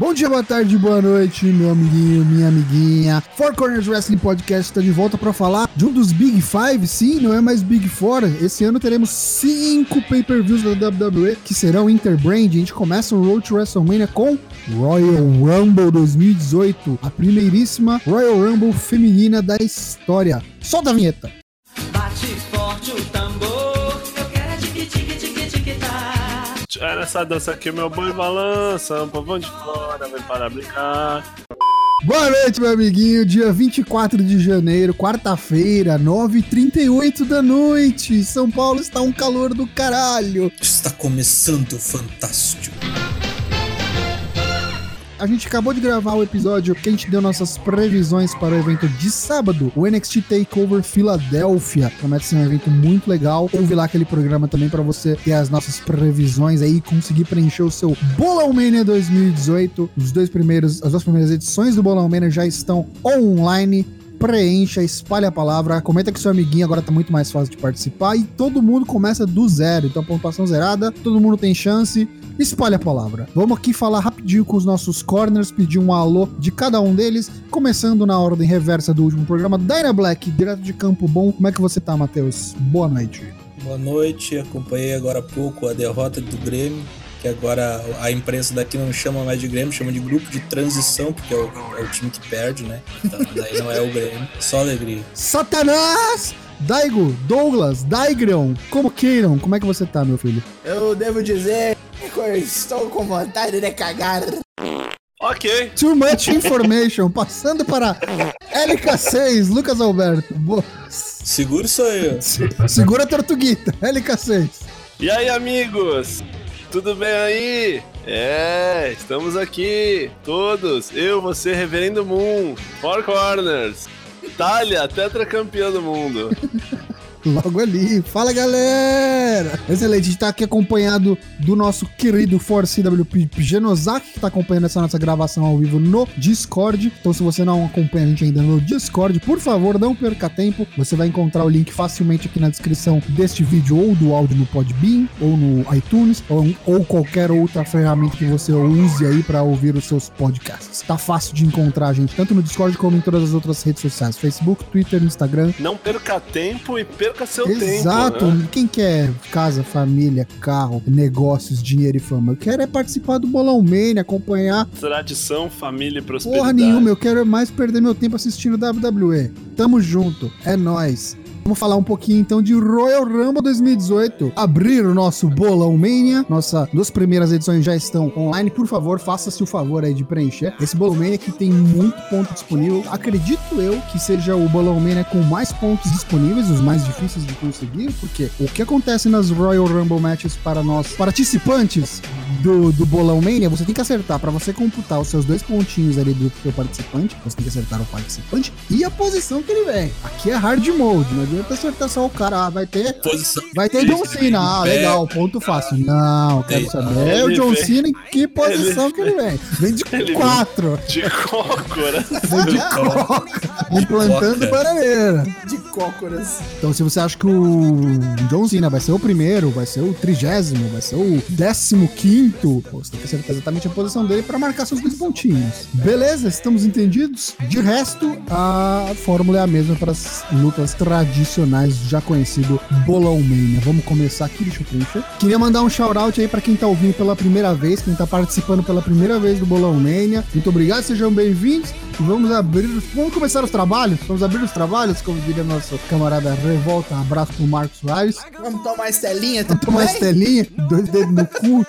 Bom dia, boa tarde, boa noite, meu amiguinho, minha amiguinha. Four Corners Wrestling Podcast está de volta para falar de um dos Big Five. Sim, não é mais Big Four. Esse ano teremos 5 pay-per-views da WWE que serão Interbrand. A gente começa o Road to WrestleMania com Royal Rumble 2018, a primeiríssima Royal Rumble feminina da história. Solta a vinheta. Bate forte o tambor, eu quero tique-tique-tique-tique-tá. Nessa dança aqui, meu boi balança, um povão de fora, vem para brincar. Boa noite, meu amiguinho. Dia 24 de janeiro, quarta-feira, 9h38 da noite. São Paulo está um calor do caralho. Está começando o Fantástico. A gente acabou de gravar o episódio que a gente deu nossas previsões para o evento de sábado, o NXT TakeOver Filadélfia. Promete ser um evento muito legal. Ouve lá aquele programa também para você ter as nossas previsões aí e conseguir preencher o seu Bolão Mania 2018. As duas primeiras edições do Bolão Mania já estão online. Preencha, espalha a palavra, comenta com seu amiguinho, agora tá muito mais fácil de participar e todo mundo começa do zero, então pontuação zerada, todo mundo tem chance, espalha a palavra. Vamos aqui falar rapidinho com os nossos corners, pedir um alô de cada um deles, começando na ordem reversa do último programa, Dyna Black, direto de Campo Bom. Como é que você tá, Matheus? Boa noite. Boa noite, acompanhei agora há pouco a derrota do Grêmio, que agora a imprensa daqui não chama mais de Grêmio, chama de grupo de transição, porque é o time que perde, né? Então daí não é o Grêmio, só alegria. Satanás! Daigo, Douglas, Daigron, como queiram, como é que você tá, meu filho? Eu devo dizer que eu estou com vontade de cagar. Ok. Too much information, passando para LK6, Lucas Alberto. Boa. Seguro sou eu. Segura a tortuguita, LK6. E aí, amigos? Tudo bem aí? Estamos aqui, todos. Eu, você, Reverendo Moon, Four Corners, Itália, tetracampeã do mundo. Logo ali. Fala, galera! Excelente, a gente tá aqui acompanhado do nosso querido ForceWP Genosaki, que tá acompanhando essa nossa gravação ao vivo no Discord. Então, se você não acompanha a gente ainda no Discord, por favor, não perca tempo. Você vai encontrar o link facilmente aqui na descrição deste vídeo, ou do áudio no Podbean, ou no iTunes, ou qualquer outra ferramenta que você use aí pra ouvir os seus podcasts. Tá fácil de encontrar a gente, tanto no Discord como em todas as outras redes sociais, Facebook, Twitter, Instagram. Não perca tempo e perca seu tempo. Exato, né? Quem quer casa, família, carro, negócios, dinheiro e fama? Eu quero é participar do Bolão Mania, acompanhar. Tradição, família e prosperidade. Porra nenhuma, eu quero mais perder meu tempo assistindo WWE. Tamo junto, é nóis. Vamos falar um pouquinho então de Royal Rumble 2018. Abrir o nosso Bolão Mania. Nossas duas primeiras edições já estão online. Por favor, faça-se o favor aí de preencher esse Bolão Mania que tem muito ponto disponível. Acredito eu que seja o Bolão Mania com mais pontos disponíveis, os mais difíceis de conseguir, porque o que acontece nas Royal Rumble Matches para nós participantes do Bolão Mania, você tem que acertar, para você computar os seus 2 pontinhos ali do seu participante, você tem que acertar o participante e a posição que ele vem. Aqui é hard mode, não adianta acertar só o cara. Vai ter John Cena, legal, ponto fácil. Não, quero saber o John Cena em que posição que ele vem. Vem de 4. De cócoras. Vem de cócoras. Implantando bananeira. De cócoras. Então, se você acha que o John Cena vai ser o primeiro, vai ser o 30º, vai ser o 15º, você tem que acertar exatamente a posição dele para marcar seus 2 pontinhos. Beleza? Estamos entendidos? De resto, a fórmula é a mesma para as lutas tradicionais, já conhecido Bolão Mania. Vamos começar aqui, deixa eu preencher. Queria mandar um shout-out aí para quem tá ouvindo pela primeira vez, quem tá participando pela primeira vez do Bolão Mania. Muito obrigado, sejam bem-vindos. E vamos começar os trabalhos? Vamos abrir os trabalhos, como diria nosso camarada Revolta. Um abraço pro Marcos Soares. Vamos tomar estelinha? Vamos tomar estelinha, 2 dedos no cu.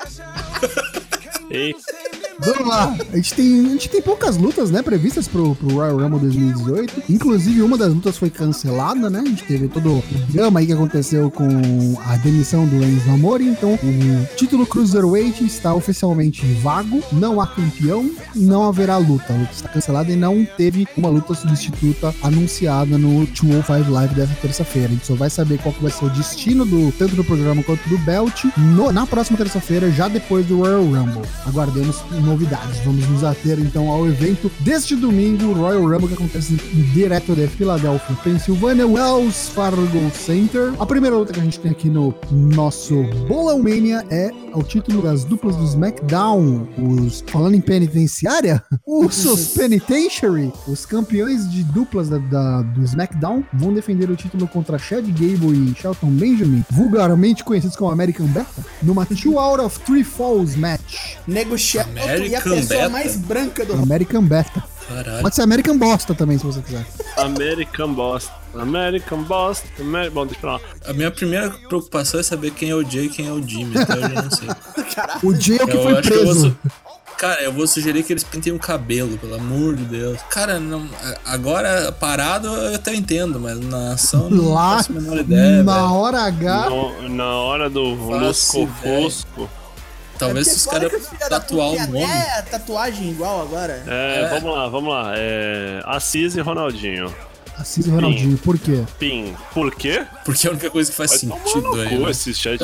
Ei. Vamos lá, a gente tem poucas lutas, né, previstas pro Royal Rumble 2018. Inclusive, uma das lutas foi cancelada, né? A gente teve todo o drama aí que aconteceu com a demissão do Enzo Amore. Então, o título Cruiserweight está oficialmente vago. Não há campeão, não haverá luta. A luta está cancelada e não teve uma luta substituta anunciada no 205 Live dessa terça-feira. A gente só vai saber qual que vai ser o destino tanto do programa quanto do belt na próxima terça-feira, já depois do Royal Rumble. Aguardemos novidades. Vamos nos ater então ao evento deste domingo, o Royal Rumble, que acontece direto de Filadélfia, Pensilvânia, Wells Fargo Center. A primeira luta que a gente tem aqui no nosso Bolão Mania é o título das duplas do SmackDown. Falando em penitenciária, os Penitentiary, os campeões de duplas do SmackDown, vão defender o título contra Chad Gable e Shelton Benjamin, vulgarmente conhecidos como American Beta, numa 2 out of 3 Falls match. Nego Shelton e a American pessoa Beta? mais branca do American Beta. Caralho. Pode ser American Bosta também, se você quiser. American Boss. Bom, deixa pra lá. A minha primeira preocupação é saber quem é o Jay e quem é o Jimmy, então eu já não sei. O Jay é o que Eu foi acho que eu preso. Cara, eu vou sugerir que eles pintem o cabelo, pelo amor de Deus. Cara, não, agora parado eu até entendo, mas na ação não Lá, faço a menor ideia, na velho. hora H, Na hora do Faço Lusco-Fusco. Talvez se os caras tatuar o nome. É, tatuagem igual agora. Vamos lá. Assis e Ronaldinho. Assis e Ronaldinho, por quê? Pim. Por quê? Porque é a única coisa que faz Vai tomar sentido no aí. cu Né? esse chat.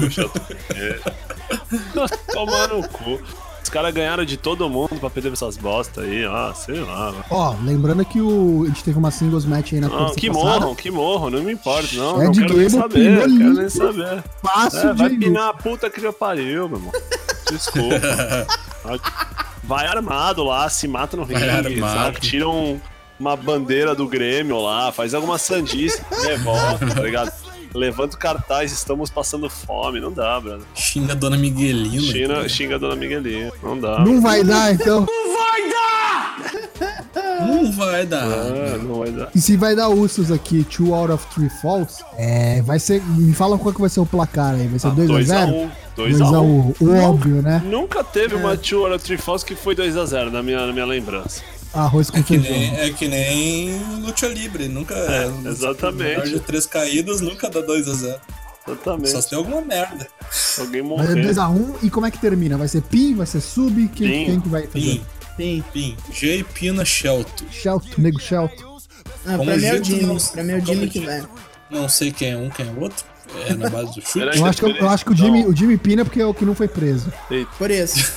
Tomar no cu. Os caras ganharam de todo mundo pra perder essas bosta aí. Ah, sei lá. Mano. Ó, lembrando que a gente teve uma singles match aí na Não, terça que passada. morram, não me importa, não. Chad Não quero nem Gable saber, pinou quero limpo. nem saber. Fácil Vai de pinar a puta que já pariu, meu irmão. Desculpa. Vai armado lá, se mata no ringue, armado. sabe? Tiram uma bandeira do Grêmio lá, faz alguma sandice, revolta, tá ligado? Levanta o cartaz, estamos passando fome, não dá, brother. Xinga a dona Miguelina. Xinga a dona Miguelinha, não dá. Não vai dar, então. Não vai dar. Não vai dar. E se vai dar Usos aqui, 2 out of 3 falls, vai ser. Me fala qual que vai ser o placar aí. Vai ser 2x0? 2x1. O óbvio, né? Nunca teve uma 2 out of 3 falls que foi 2x0 na minha lembrança. Arroz com feijão. É que nem luta livre, nunca. Exatamente. Menor de 3 caídas nunca dá 2x0. Exatamente. Só se tem alguma merda. Alguém Vai ser morrer. 2x1 e como é que termina? Vai ser pin? Vai ser sub? Pin. Quem que vai fazer? Pim. Jay Pina Shelton. Shelton, nego Shelton. Ah, Como pra mim é o jeito Jimmy. não- Pra mim é o Jimmy como que vai. Não sei quem é um, quem é o outro. É na base do chute. Peraí. Eu acho que o Jimmy pina porque é o que não foi preso. Por isso.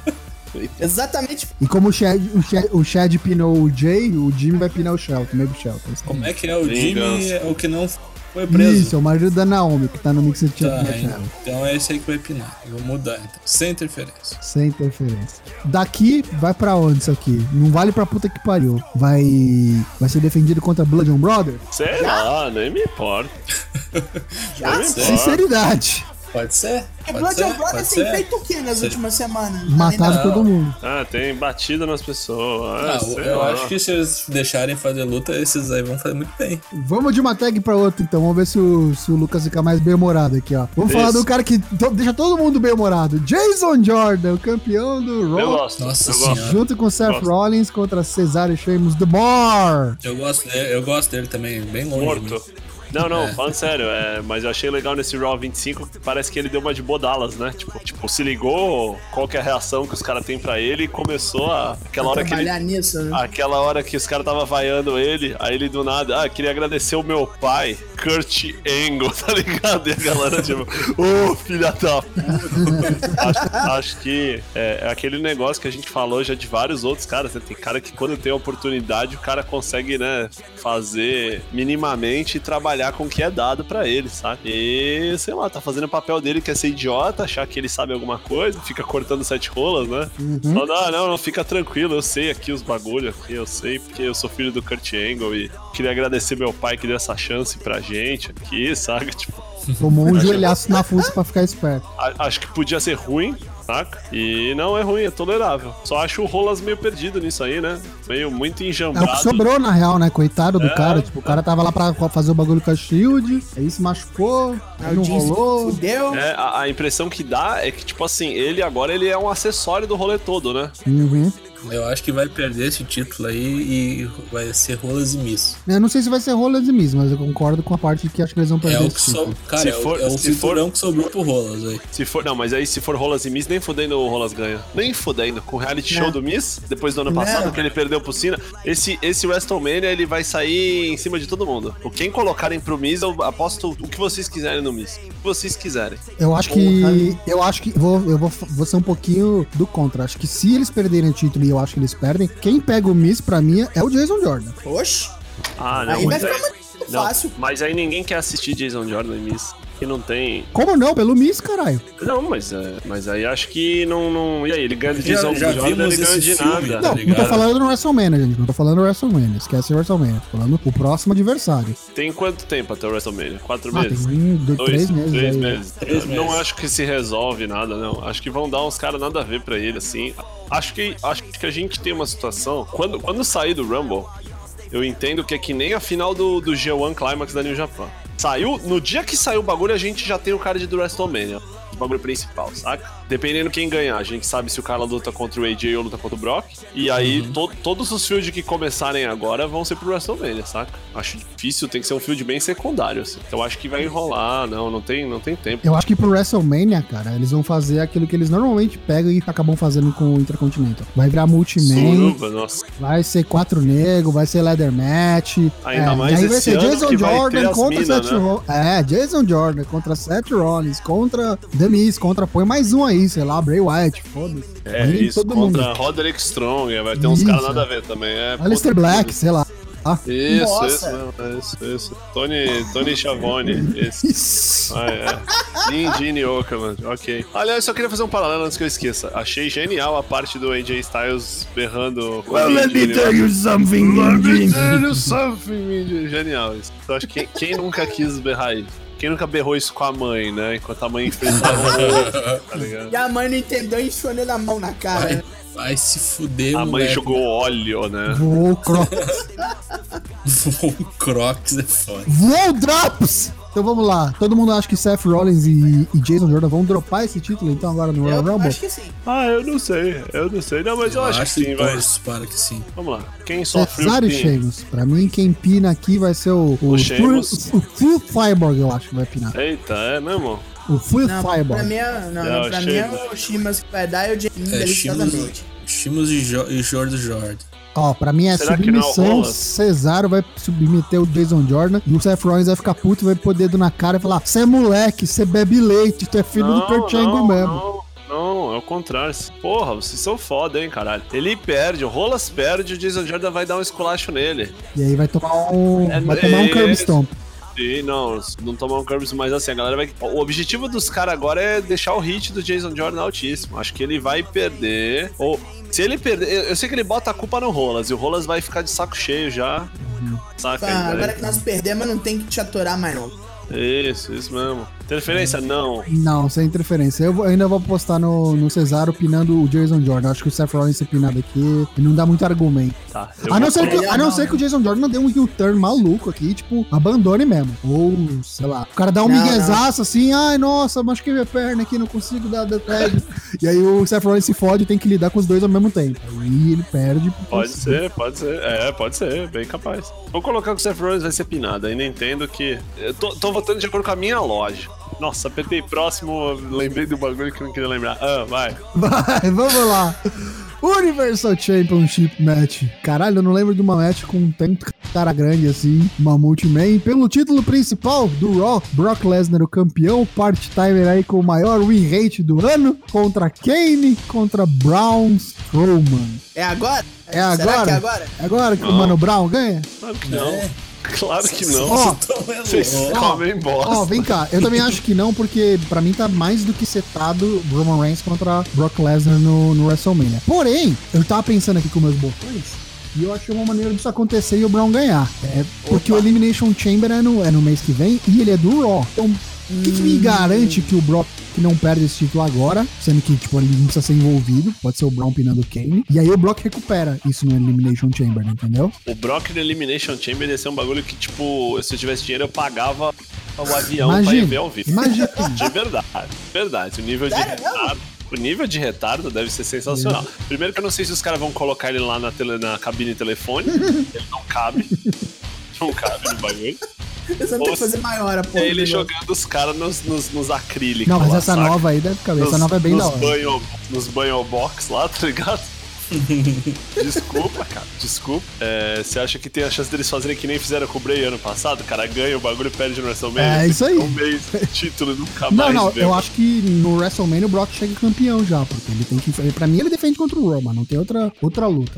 Exatamente. E como o Chad pinou o Jay, o Jimmy vai pinar o Shelton, nego Shelton. Como é que é? O Jimmy Vingança. é o que não foi preso. Isso, é o marido da Naomi, que tá no Mixed Tá, Championship. então é esse aí que vai pinar. Eu vou mudar então. Sem interferência. Sem interferência. Daqui, vai pra onde isso aqui? Não vale pra puta que pariu. Vai ser defendido contra Bludgeon Brother? Sei lá, nem me importa. Nem me importa. Sinceridade. Pode ser? Porque Pode Blood ser? and Brothers Pode tem ser? feito o que nas últimas semanas? Mataram Não. todo mundo. Ah, tem batida nas pessoas. Ah, sei eu lá. acho que se eles deixarem fazer luta, esses aí vão fazer muito bem. Vamos de uma tag pra outra, então. Vamos ver se o Lucas fica mais bem-humorado aqui, ó. Vamos falar Isso. do cara que deixa todo mundo bem-humorado. Jason Jordan, o campeão do Eu Raw. gosto. Nossa eu senhora. gosto. Junto com Seth Gosto. Rollins contra Cesaro Sheamus The Bar. Eu gosto dele também, bem longe. Morto. Não, falando sério, mas eu achei legal nesse Raw 25 que parece que ele deu uma de bodalas, né? Tipo, se ligou qual que é a reação que os caras têm pra ele e começou aquela hora que ele. Trabalhar nisso, né? Aquela hora que os caras tava vaiando ele, aí ele do nada, queria agradecer o meu pai, Kurt Angle, tá ligado? E a galera tipo, filha da puta. acho que é aquele negócio que a gente falou já de vários outros caras, né? Tem cara que quando tem a oportunidade, o cara consegue, né, fazer minimamente e trabalhar com o que é dado pra ele, sabe? E, sei lá, tá fazendo o papel dele que é ser idiota, achar que ele sabe alguma coisa, fica cortando 7 rolas, né? Só não, fica tranquilo, eu sei aqui os bagulhos aqui, eu sei porque eu sou filho do Kurt Angle e queria agradecer meu pai que deu essa chance pra gente aqui, sabe? Tipo, Tomou um joelhaço na fuça pra ficar esperto. acho que podia ser ruim, saca? E não é ruim, é tolerável. Só acho o Rolas meio perdido nisso aí, né? Meio muito É enjambrado. o que sobrou, na real, né? Coitado do cara. Tipo, o cara tava lá pra fazer o bagulho com a Shield, aí se machucou, aí não O Jeans rolou. fudeu. A impressão que dá é que, tipo assim, ele é um acessório do rolê todo, né? Uhum. Eu acho que vai perder esse título aí e vai ser rolas e miss. Eu não sei se vai ser Rollins e Miz, mas eu concordo com a parte de que acho que eles vão perder É o esse que título. Cara, Se é for- o se cinturão que sobrou pro rolas aí. Não, mas aí se for Rolas e Miss, nem fudendo o Rolas ganha. Nem fudendo. Com o reality show do Miss, depois do ano passado, Não. que ele perdeu pro Cena, esse WrestleMania, ele vai sair em cima de todo mundo. Quem colocarem pro Miss, eu aposto o que vocês quiserem no Miss. vocês quiserem. Eu acho que vou ser um pouquinho do contra. Acho que se eles perderem o título e eu acho que eles perdem, quem pega o Miz pra mim é o Jason Jordan. Oxe, Ah, não, aí vai mas ficar muito fácil. mas aí ninguém quer assistir Jason Jordan e Miz. Que não tem. Como não? Pelo Miz, caralho. Não, mas aí acho que não. E aí, ele ganha de Já- Jason já Jordan, vimos ele ganha esse de filme, nada. tá Não, não ligado? tô falando no WrestleMania, gente. Não tô falando no WrestleMania. Esquece o WrestleMania. Tô falando o próximo adversário. Tem quanto tempo até o WrestleMania? 4 Ah, tem meses? 3 meses. Três aí. meses. Três Não meses. acho que se resolve nada, não. Acho que vão dar uns caras nada a ver pra ele, assim. Acho que a gente tem uma situação. Quando sair do Rumble, eu entendo que é que nem a final do G1 Climax da New Japan. No dia que saiu o bagulho, a gente já tem o card do WrestleMania. O bagulho principal, saca? Dependendo quem ganhar, a gente sabe se o cara luta contra o AJ ou luta contra o Brock. E aí, todos os fields que começarem agora vão ser pro WrestleMania, saca? Acho difícil, tem que ser um field bem secundário, assim. Então acho que vai enrolar, não tem tempo. Eu acho que pro WrestleMania, cara, eles vão fazer aquilo que eles normalmente pegam e acabam fazendo com o Intercontinental. Vai virar multi-man, Suruba, nossa. vai ser 4 negros, vai ser leather match. Ainda mais e aí vai esse ser ano Jason que vai ter Jordan as contra mina, Seth né? Rollins. Jason Jordan contra Seth Rollins, contra The Miz, põe mais um aí, sei lá, Bray Wyatt, foda-se. É Põe isso, todo contra mundo. Roderick Strong, vai ter uns Isso. caras nada a ver também. Aleister Black, sei lá. Isso, Nossa. isso. Tony Schiavone, esse. Isso. Gene Okerman, ok. Aliás, eu só queria fazer um paralelo antes que eu esqueça. Achei genial a parte do AJ Styles berrando. Let me tell you something, Gene. Tell you something, genial isso. Eu acho que quem nunca quis berrar isso? Quem nunca berrou isso com a mãe, né? Enquanto a mãe enfrentava o tá ligado? E a mãe não entendeu e enfiou ele a mão na cara. Vai se fuder, A mãe moleque. jogou óleo, né? Voou Crocs. O Crocs é foda. Voou Drops! Então vamos lá. Todo mundo acha que Seth Rollins e Jason Jordan vão dropar esse título então agora no Royal Eu Rumble? acho que sim. Eu não sei. Não, mas eu acho que sim, vai. Torço para que sim. Vamos lá. Quem sofre Cesaro o e pin? Sheamus. Pra mim, quem pina aqui vai ser o Sheamus. Phil Cyborg, eu acho que vai pinar. Eita, é mesmo? O Phil Não, pra Cyborg. mim Não, pra mim é o Shimas que vai dar e o Jamie deliciosamente. Shimos e Jordan. Ó, pra mim é Será que não é o submissão. Rollins? Cesaro vai submeter o Jason Jordan e o Seth Rollins vai ficar puto e vai pôr o dedo na cara e falar: você é moleque, você bebe leite, tu é filho do Perchango mesmo. Não, é o contrário. Porra, vocês são foda, hein, caralho. Ele perde, o Rolas perde, o Jason Jordan vai dar um esculacho nele. E aí vai tomar um curb stomp. Sim, não tomar um curb, mas assim, a galera vai. O objetivo dos caras agora é deixar o hit do Jason Jordan altíssimo. Acho que ele vai perder. Ou se ele perder, eu sei que ele bota a culpa no Rolas e o Rolas vai ficar de saco cheio já. Saca? Agora que nós perdemos, não tem que te aturar mais não. Isso mesmo. Interferência? Não. Não, sem interferência. Eu ainda vou postar no Cesaro pinando o Jason Jordan. Acho que o Seth Rollins ser pinado aqui e não dá muito argumento. Tá. A não ser que o Jason Jordan dê um heel turn maluco aqui, tipo, abandone mesmo. Ou, sei lá, o cara dá um Não, miguezaço assim, ai, nossa, machuquei minha perna aqui, não consigo dar tag. E aí o Seth Rollins se fode e tem que lidar com os dois ao mesmo tempo. Aí ele perde. Pode ser. Pode ser, bem capaz. Vou colocar que o Seth Rollins vai ser pinado. Ainda entendo que. Eu tô votando de acordo com a minha lógica. Nossa, apertei próximo, lembrei do bagulho que eu não queria lembrar. Vai. Vai, vamos lá. Universal Championship Match. Caralho, eu não lembro de uma match com tanto cara grande assim, uma multi-man. Pelo título principal do Raw, Brock Lesnar, o campeão, part-timer aí com o maior win rate do ano, contra Kane, contra Braun Strowman. É agora? É Será agora? que é agora? É agora que o Mano Brown ganha? Claro que não. Claro que não. Ó, Vocês comem bosta. Ó, vem cá, eu também acho que não, porque pra mim tá mais do que setado Roman Reigns contra Brock Lesnar no WrestleMania. Porém, eu tava pensando aqui com meus botões e eu achei uma maneira disso acontecer e o Brown ganhar. Porque o Elimination Chamber é no mês que vem e ele é do Raw. Então, o que me garante que o Brock não perde esse título agora, sendo que tipo, ele não precisa ser envolvido, pode ser o Brown pinando o Kane, e aí o Brock recupera isso no Elimination Chamber, entendeu? O Brock no Elimination Chamber ia ser um bagulho que, tipo, se eu tivesse dinheiro, eu pagava o avião pra ir ver ao vivo. Imagina. De verdade. O nível de retardo deve ser sensacional. Primeiro que eu não sei se os caras vão colocar ele lá na cabine telefônica. Ele não cabe. Não cabe no bagulho. Eles vão ter que fazer maior a porra. É ele do jogando os caras nos acrílicos. Não, mas lá, essa saca? nova aí deve caber. Essa nova é bem da hora. Nos banho box lá, tá ligado? Desculpa, cara. Desculpa. Você acha que tem a chance deles fazerem que nem fizeram com o Bray ano passado? O cara ganha o bagulho e perde no WrestleMania. É isso aí. Um mês, título, nunca mais. Não, vê. eu acho que no WrestleMania o Brock chega campeão já, porque ele tem que. Pra mim, ele defende contra o Roman, não tem outra luta.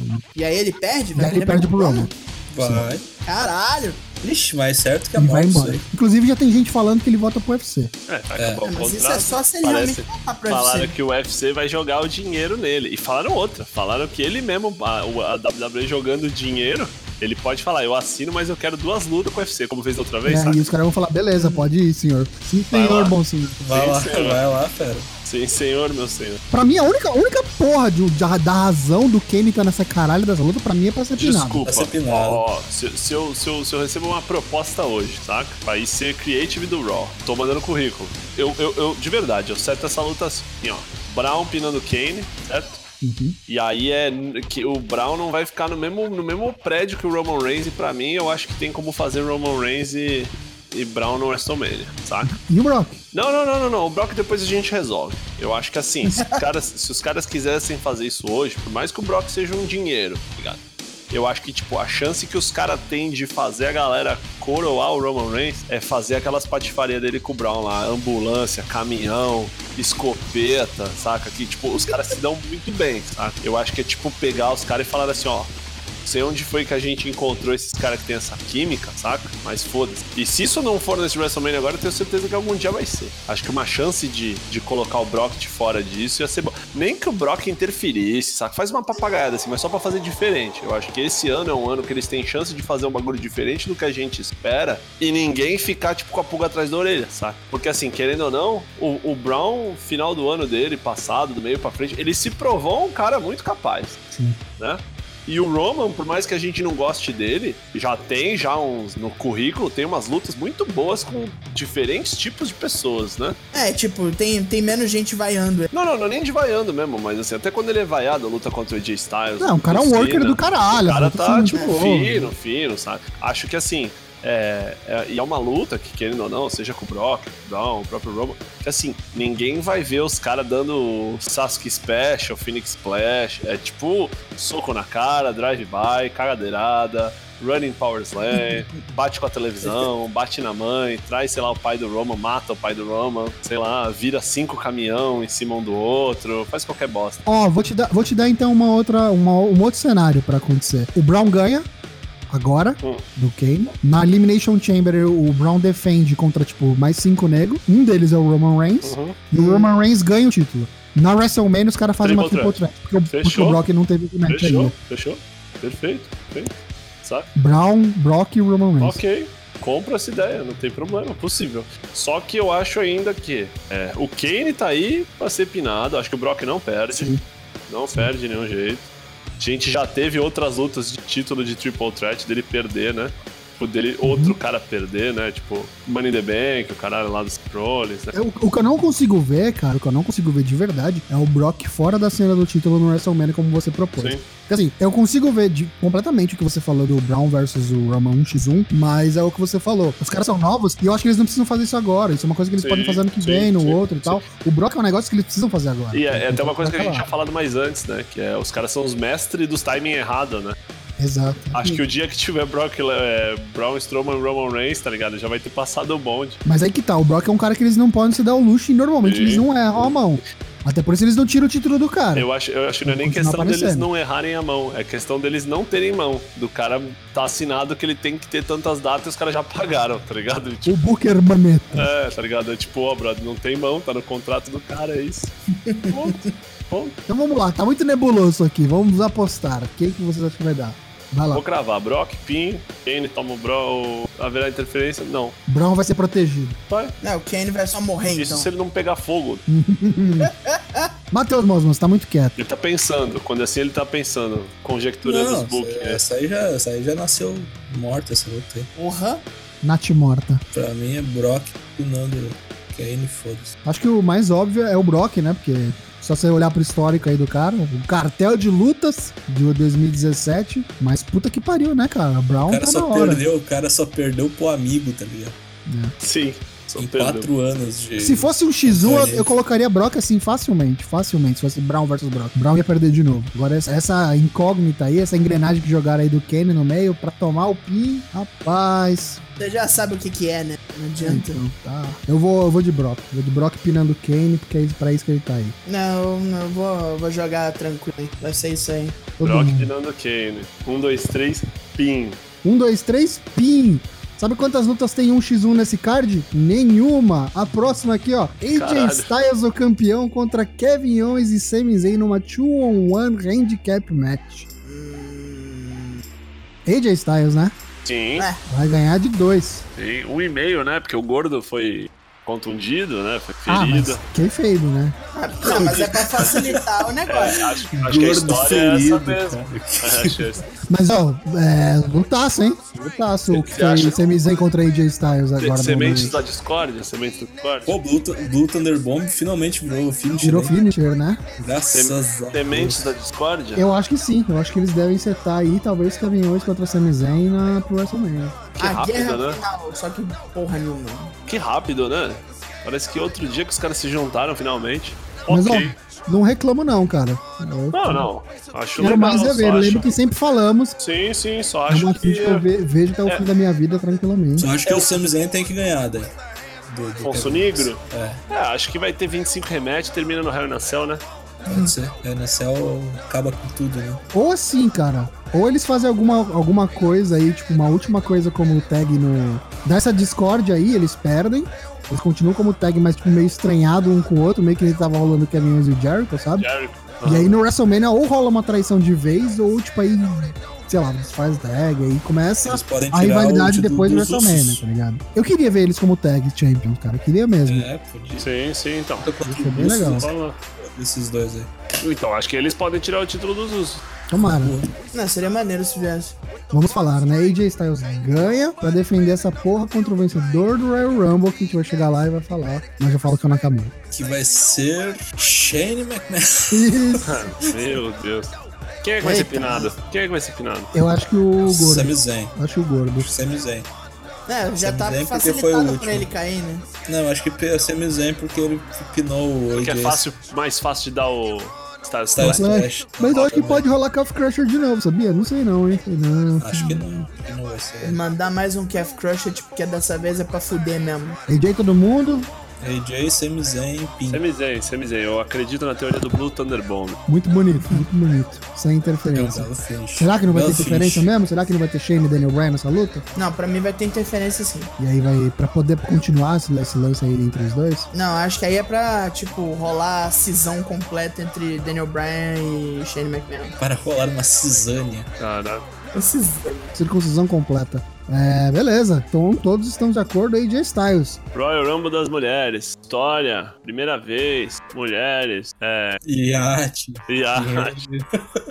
E aí ele perde, E velho? aí ele perde pro Roman. Vai. Caralho. Ixi, mais certo que a Ele vai morte. embora. Inclusive, já tem gente falando que ele volta pro UFC. Vai acabar o Mas isso contrato. é só se ele Parece- realmente voltar pro Falaram UFC. que o UFC vai jogar o dinheiro nele. E falaram outra. Falaram que ele mesmo, a WWE jogando dinheiro, ele pode falar, eu assino, mas eu quero 2 lutas com o UFC, como fez da outra vez, É, sabe? e os caras vão falar, beleza, pode ir, senhor. Sim, Vai senhor, lá. bom senhor. Vai Sim, senhor. lá, fera. Sim, senhor, meu senhor. Pra mim, a única porra da razão do Kane tá nessa caralho dessa luta, pra mim é pra ser pinado. Desculpa. Vai ser pinado. Ó, se eu recebo uma proposta hoje, saca? Pra ir ser creative do Raw, tô mandando currículo. Eu de verdade, eu seto essa luta assim, ó. Brown pinando Kane, certo? Uhum. E aí é que o Brown não vai ficar no mesmo prédio que o Roman Reigns, e pra mim eu acho que tem como fazer Roman Reigns e Brown no WrestleMania, saca? E o Brock? Não. O Brock depois a gente resolve. Eu acho que assim, se os caras quisessem fazer isso hoje, por mais que o Brock seja um dinheiro, tá ligado? Eu acho que, tipo, a chance que os caras têm de fazer a galera coroar o Roman Reigns é fazer aquelas patifarias dele com o Brown lá, ambulância, caminhão, escopeta, saca? Que, tipo, os caras se dão muito bem, saca? Eu acho que é, tipo, pegar os caras e falar assim, ó, sei onde foi que a gente encontrou esses caras que tem essa química, saca? Mas foda-se. E se isso não for nesse WrestleMania agora, eu tenho certeza que algum dia vai ser. Acho que uma chance de colocar o Brock de fora disso ia ser bom. Nem que o Brock interferisse, saca? Faz uma papagaiada assim, mas só pra fazer diferente. Eu acho que esse ano é um ano que eles têm chance de fazer um bagulho diferente do que a gente espera e ninguém ficar, tipo, com a pulga atrás da orelha, saca? Porque assim, querendo ou não, o Brown, final do ano dele, passado, do meio pra frente, ele se provou um cara muito capaz. Sim. Né? E o Roman, por mais que a gente não goste dele, já tem uns no currículo, tem umas lutas muito boas com diferentes tipos de pessoas, né? É, tipo, tem menos gente vaiando. Não, nem de vaiando mesmo, mas assim, até quando ele é vaiado, luta contra o AJ Styles. Não, o cara é um Cena, worker do caralho. O cara luta tá, assim, tipo, boa. fino, sabe? Acho que assim, e é uma luta que, querendo ou não, seja com o Brock, com o Brown, o próprio Roman, que assim, ninguém vai ver os caras dando Sasuke Special, Phoenix Splash, é tipo soco na cara, drive-by, cagadeirada, running power slam, bate com a televisão, bate na mãe, traz, sei lá, o pai do Roman, mata o pai do Roman, sei lá, vira 5 caminhão em cima um do outro, faz qualquer bosta. Ó, vou te dar então um outro cenário pra acontecer. O Brown ganha agora, do Kane. Na Elimination Chamber, o Brown defende contra, tipo, mais 5 negros. Um deles é o Roman Reigns. E o Roman Reigns ganha o título. Na WrestleMania, os caras fazem uma triple threat. Porque o Brock não teve o match ainda. Fechou. Perfeito. Sabe? Brown, Brock e Roman Reigns. Ok. Compro essa ideia, não tem problema, possível. Só que eu acho ainda que o Kane tá aí pra ser pinado. Acho que o Brock não perde. Sim. Não perde de nenhum jeito. A gente já teve outras lutas de título de Triple Threat dele perder, né? Dele outro cara perder, né? Tipo, Money in the Bank, o caralho lá dos Rollins, né? O que eu não consigo ver, cara, o que eu não consigo ver de verdade é o Brock fora da cena do título no WrestleMania como você propôs. Sim. Porque assim, eu consigo ver completamente o que você falou do Brown versus o Roman 1x1, mas é o que você falou. Os caras são novos e eu acho que eles não precisam fazer isso agora. Isso é uma coisa que eles podem fazer ano que vem, no outro e tal. O Brock é um negócio que eles precisam fazer agora. E é até uma coisa que a gente já tinha falado mais antes, né? Que os caras são os mestres dos timing errado, né? Exato. Acho que o dia que tiver Braun Strowman e Roman Reigns, tá ligado? Já vai ter passado o bonde. Mas aí que tá, o Brock é um cara que eles não podem se dar o luxo e normalmente Sim. eles não erram a mão. Até por isso eles não tiram o título do cara. Eu acho que não é nem Continua questão deles aparecendo. não errarem a mão, é questão deles não terem mão. Do cara tá assinado que ele tem que ter tantas datas e os caras já pagaram, tá ligado? O Booker Maneta. Tá ligado? É tipo, ó, brother, não tem mão, tá no contrato do cara, é isso. Ponto. Então vamos lá, tá muito nebuloso aqui. Vamos apostar. Quem que vocês acham que vai dar? Vai lá. Vou cravar, Brock, Pin, Kane toma o Brown, haverá interferência? Não. Brown vai ser protegido. Vai. Não, o Kane vai só morrer, Isso então. se ele não pegar fogo. Matheus Mosman, você tá muito quieto. Ele tá pensando, quando assim ele tá pensando, conjecturando os Não, books. essa aí já nasceu morta, essa luta aí. Porra. Nath morta. Pra mim é Brock punando Kane, foda-se. Acho que o mais óbvio é o Brock, né? Porque só você olhar pro histórico aí do cara, o cartel de lutas de 2017, mas puta que pariu, né, cara? O Brown O cara tá na só hora. perdeu, o cara só perdeu pro amigo, tá ligado? Sim. Em 4 anos de... Se fosse um X1, Ganhei. eu colocaria Brock assim facilmente. Se fosse Brown versus Brock. Brown ia perder de novo. Agora essa incógnita aí, essa engrenagem que jogaram aí do Kane no meio pra tomar o pin, rapaz. Você já sabe o que é, né? Não adianta. Então, tá. Eu vou de Brock. Vou de Brock pinando o Kane, porque é pra isso que ele tá aí. Não, vou jogar tranquilo. Vai ser isso aí. Todo Brock mundo. pinando Kane. 1, 2, 3, pin. 1, 2, 3, pin. Sabe quantas lutas tem 1x1 nesse card? Nenhuma. A próxima aqui, ó. AJ Caralho. Styles, o campeão, contra Kevin Owens e Sami Zayn numa 2-on-1 handicap match. AJ Styles, né? Sim. É. Vai ganhar de 2. Sim. 1,5, né? Porque o gordo foi contundido, né? Foi Ah, mas ferido. kayfabe, né? Não, mas é pra facilitar o negócio. Acho que a Gordo história é essa ferido, mesmo. Acho. Mas, ó, lutaço, hein? Lutaço o que Você acha? foi Sami Zayn contra AJ Styles agora. Sementes no- da discórdia, sementes da discórdia. Pô, Blue Thunder Bomb finalmente virou finish. Virou né? finisher, né? Graças a Deus. Sementes da discórdia? Eu acho que sim. Eu acho que eles devem setar aí, talvez, Kevin Owens contra Sami Zayn pro WrestleMania. Que A rápido, guerra né? final, só que porra nenhuma. Que rápido, né? Parece que outro dia que os caras se juntaram finalmente. Mas, Ok. ó, não reclamo não, cara. Eu Não. Acho quero legal. mais é ver. só Lembro acho- que sempre falamos. Sim, só É acho uma que... crítica que eu vejo até o fim da minha vida tranquilamente. Só acho que o Sami Zayn tem que ganhar daí. Do Afonso Kevin Owens. Negro? É, acho que vai ter 25 rematch e termina no Hell in a Cell, né? pode ser. A NSL acaba com tudo, né? Ou assim, cara. Ou eles fazem alguma coisa aí, tipo, uma última coisa como o tag no... Dessa Discord aí, eles perdem. Eles continuam como tag, mas tipo, meio estranhado um com o outro, meio que ele tava rolando o Kevin Owens e o Jericho, sabe? Jericho. E aí no WrestleMania ou rola uma traição de vez, ou tipo aí, sei lá, desfaz tag, aí começa Eles podem a tirar rivalidade o título depois do dos WrestleMania, Usos. tá ligado? Eu queria ver eles como tag champions, cara. Eu queria mesmo. É, podia. Sim, então. Isso é bem legal. Fala. Esses dois aí. Então, acho que eles podem tirar o título dos Usos. Tomara. Não, seria maneiro se viesse. Vamos falar, né? AJ Styles ganha pra defender essa porra contra o vencedor do Royal Rumble, que a gente vai chegar lá e vai falar. Mas já falo que eu não acabei. Que vai ser Shane McMahon. Isso. Meu Deus. Quem é que vai ser Eita. pinado? Quem é que vai ser pinado? Eu acho que o Gordo. Sami Zayn. Acho que o Gordo. Sami Zayn. É, já tá Sami Zayn porque foi o facilitado pra último. ele cair, né? Não, acho que é Sami Zayn porque ele pinou o AJ. Que é mais fácil de dar o Styles Styles Clash. Clash. Mas eu acho que pode rolar Calf Crusher de novo, sabia? Não sei não, hein? Sei não. Acho que não. Que não vai ser. Mandar mais um Calf Crusher, tipo, que dessa vez é pra fuder mesmo. AJ todo mundo, AJ, Sami Zayn, Pin. Sami Zayn. Eu acredito na teoria do Blue Thunder Bomb. muito bonito, muito bonito. Sem É um interferência. belo finish. Será que não vai ter Belo interferência finish. mesmo? Será que não vai ter Shane e Daniel Bryan nessa luta? Não, pra mim vai ter interferência sim. E aí vai, pra poder continuar esse lance aí entre os dois? Não, acho que aí é pra, tipo, rolar a cisão completa entre Daniel Bryan e Shane McMahon. Para rolar uma cisânia. Caraca. Cisão. Circuncisão completa. É, beleza. Então todos estão de acordo aí, AJ Styles. Royal Rumble das mulheres. História. Primeira vez. Mulheres. Iate. Iate.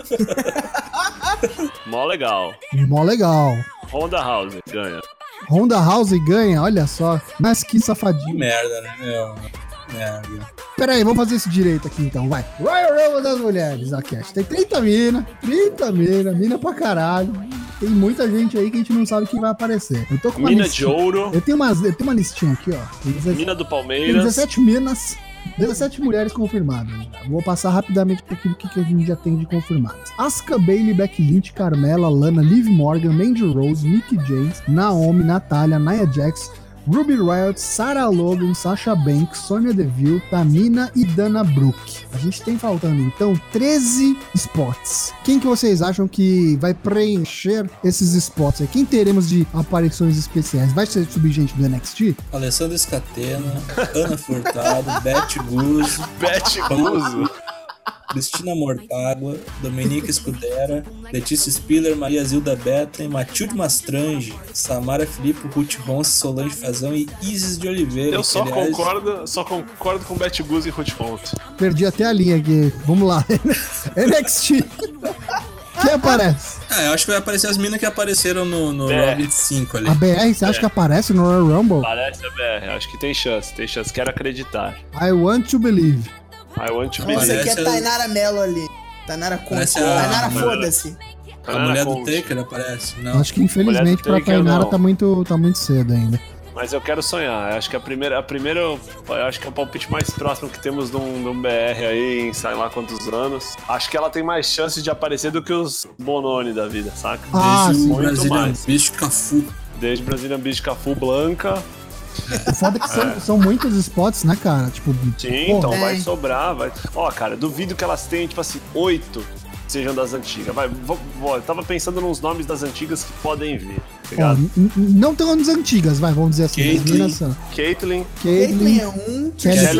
Mó legal. Mó legal. Honda House ganha. Honda House ganha, olha só. Mas que Que safadinho. merda, né, meu? Merda. Pera aí, vamos fazer isso direito aqui então, vai. Royal Rumble das mulheres, aqui. Tem 30 mina pra caralho. Tem muita gente aí que a gente não sabe quem vai aparecer. Eu tô com uma Mina de listinha. ouro. Eu tenho uma listinha aqui, ó. Tem 17 Mina do tem Palmeiras. 17 minas, 17 mulheres confirmadas. Vou passar rapidamente por aquilo que a gente já tem de confirmadas. Asuka, Bayley, Becky Lynch, Carmela, Lana, Liv Morgan, Mandy Rose, Mickie James, Naomi, Natália, Nia Jax, Ruby Riott, Sarah Logan, Sasha Banks, Sonya Deville, Tamina e Dana Brooke. A gente tem faltando, então, 13 spots. Quem que vocês acham que vai preencher esses spots aí? Quem teremos de aparições especiais? Vai ser subgente do NXT? Alessandra Scatena, Ana Furtado, Beth Guzzo, Beth Guzzo. Cristina Mortágua, Dominica Escudera, Letícia Spiller, Maria Zilda Beten, Matilde Mastrange, Samara Filipe, Ruth Ronce, Solange Fazão e Isis de Oliveira. Eu só que, aliás, concordo com Beth Guzzo e Ruth Fonte. Perdi até a linha aqui. Vamos lá. NXT. Quem aparece? eu acho que vai aparecer as minas que apareceram no É. Raw 25 ali. A BR, você acha que aparece no Royal Rumble? Parece a BR. Acho que tem chance. Quero acreditar. I want to believe. I want to Nossa, believe. aqui é Parece Tainara Mello ali. Tainara Conte. Parece a- Tainara, foda-se. A mulher do Conte. Taker aparece? Não. Acho que infelizmente Mulher do pra Taker, Tainara não. tá muito cedo ainda. Mas eu quero sonhar. Eu acho que eu acho que é o palpite mais próximo que temos de um BR aí em sei lá quantos anos. Acho que ela tem mais chance de aparecer do que os Bononi da vida, saca? Desde o muito Brazilian mais. Beast Cafu. Desde Brazilian Beast Cafu Blanca. O foda é que são muitos spots, né, cara? Tipo, Sim, porra, então vai sobrar. Ó, cara, duvido que elas tenham, tipo assim, 8 sejam das antigas. Eu tava pensando nos nomes das antigas que podem vir, tá ó, ligado? não tão das antigas, vamos dizer assim. as meninas são Caitlyn. Caitlyn é um,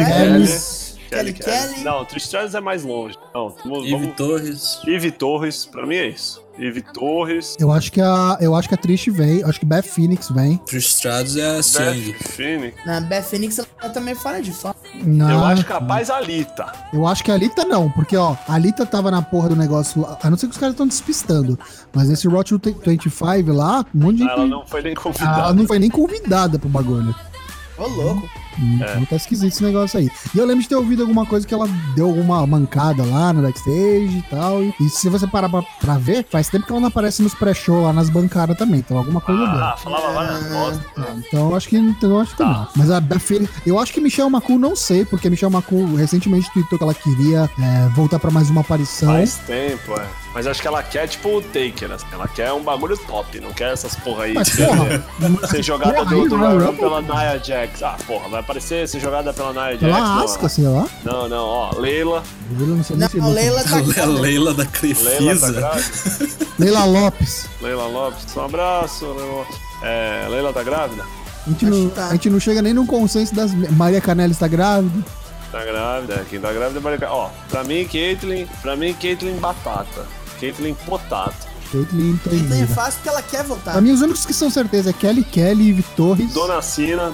Kelly Kelly. Não, Trish Stratus é mais longe. Não, Eve Torres. Eve Torres, pra mim é isso. Eve Torres. Eu acho que a Trish vem, acho que Beth Phoenix vem. Trish Stratus é a Sangue. Beth Phoenix. Na Beth Phoenix ela também fora de fora. Não, Eu acho capaz a Alita. Eu acho que a Alita não, porque ó, a Alita tava na porra do negócio, a não ser que os caras estão despistando, mas nesse Raw 25 lá, um monte de gente. Ela não foi nem Ela convidada. não foi nem convidada pro bagulho. Ô, louco. Então tá esquisito esse negócio aí. E eu lembro de ter ouvido alguma coisa que ela deu alguma mancada lá no backstage e tal. E se você parar pra ver, faz tempo que ela não aparece nos pré-show lá nas bancadas também. Então alguma coisa deu. Falava várias bosta. Então eu acho que não. Mas a Beth Phoenix, eu acho que Michelle McCool não sei, porque a Michelle McCool recentemente tweetou que ela queria voltar pra mais uma aparição. Faz tempo, Mas acho que ela quer, tipo, o Taker, assim. Ela quer um bagulho top, não quer essas porra aí. Mas, de porra, ser jogada porra, do Royal Royal Rumble. pela Nia Jax. Ah, porra, vai aparecer ser jogada pela Nia Jax. Ela asca, sei lá. Não, ó, Leila. Eu não sei nem se- Não, Leila tá A Leila da Leila tá Crefisa. grávida. Leila Lopes. Leila Lopes, um abraço. Leila tá grávida? A gente não chega nem num consenso das. Maria Canelli está grávida. Tá grávida, quem tá grávida é Maria Ó, pra mim, Caitlyn batata. Caitlyn potato. Caitlyn Então é Toileira. fácil porque ela quer voltar. Pra mim, os únicos que são certeza é Kelly e Eve Torres. Dona Sina.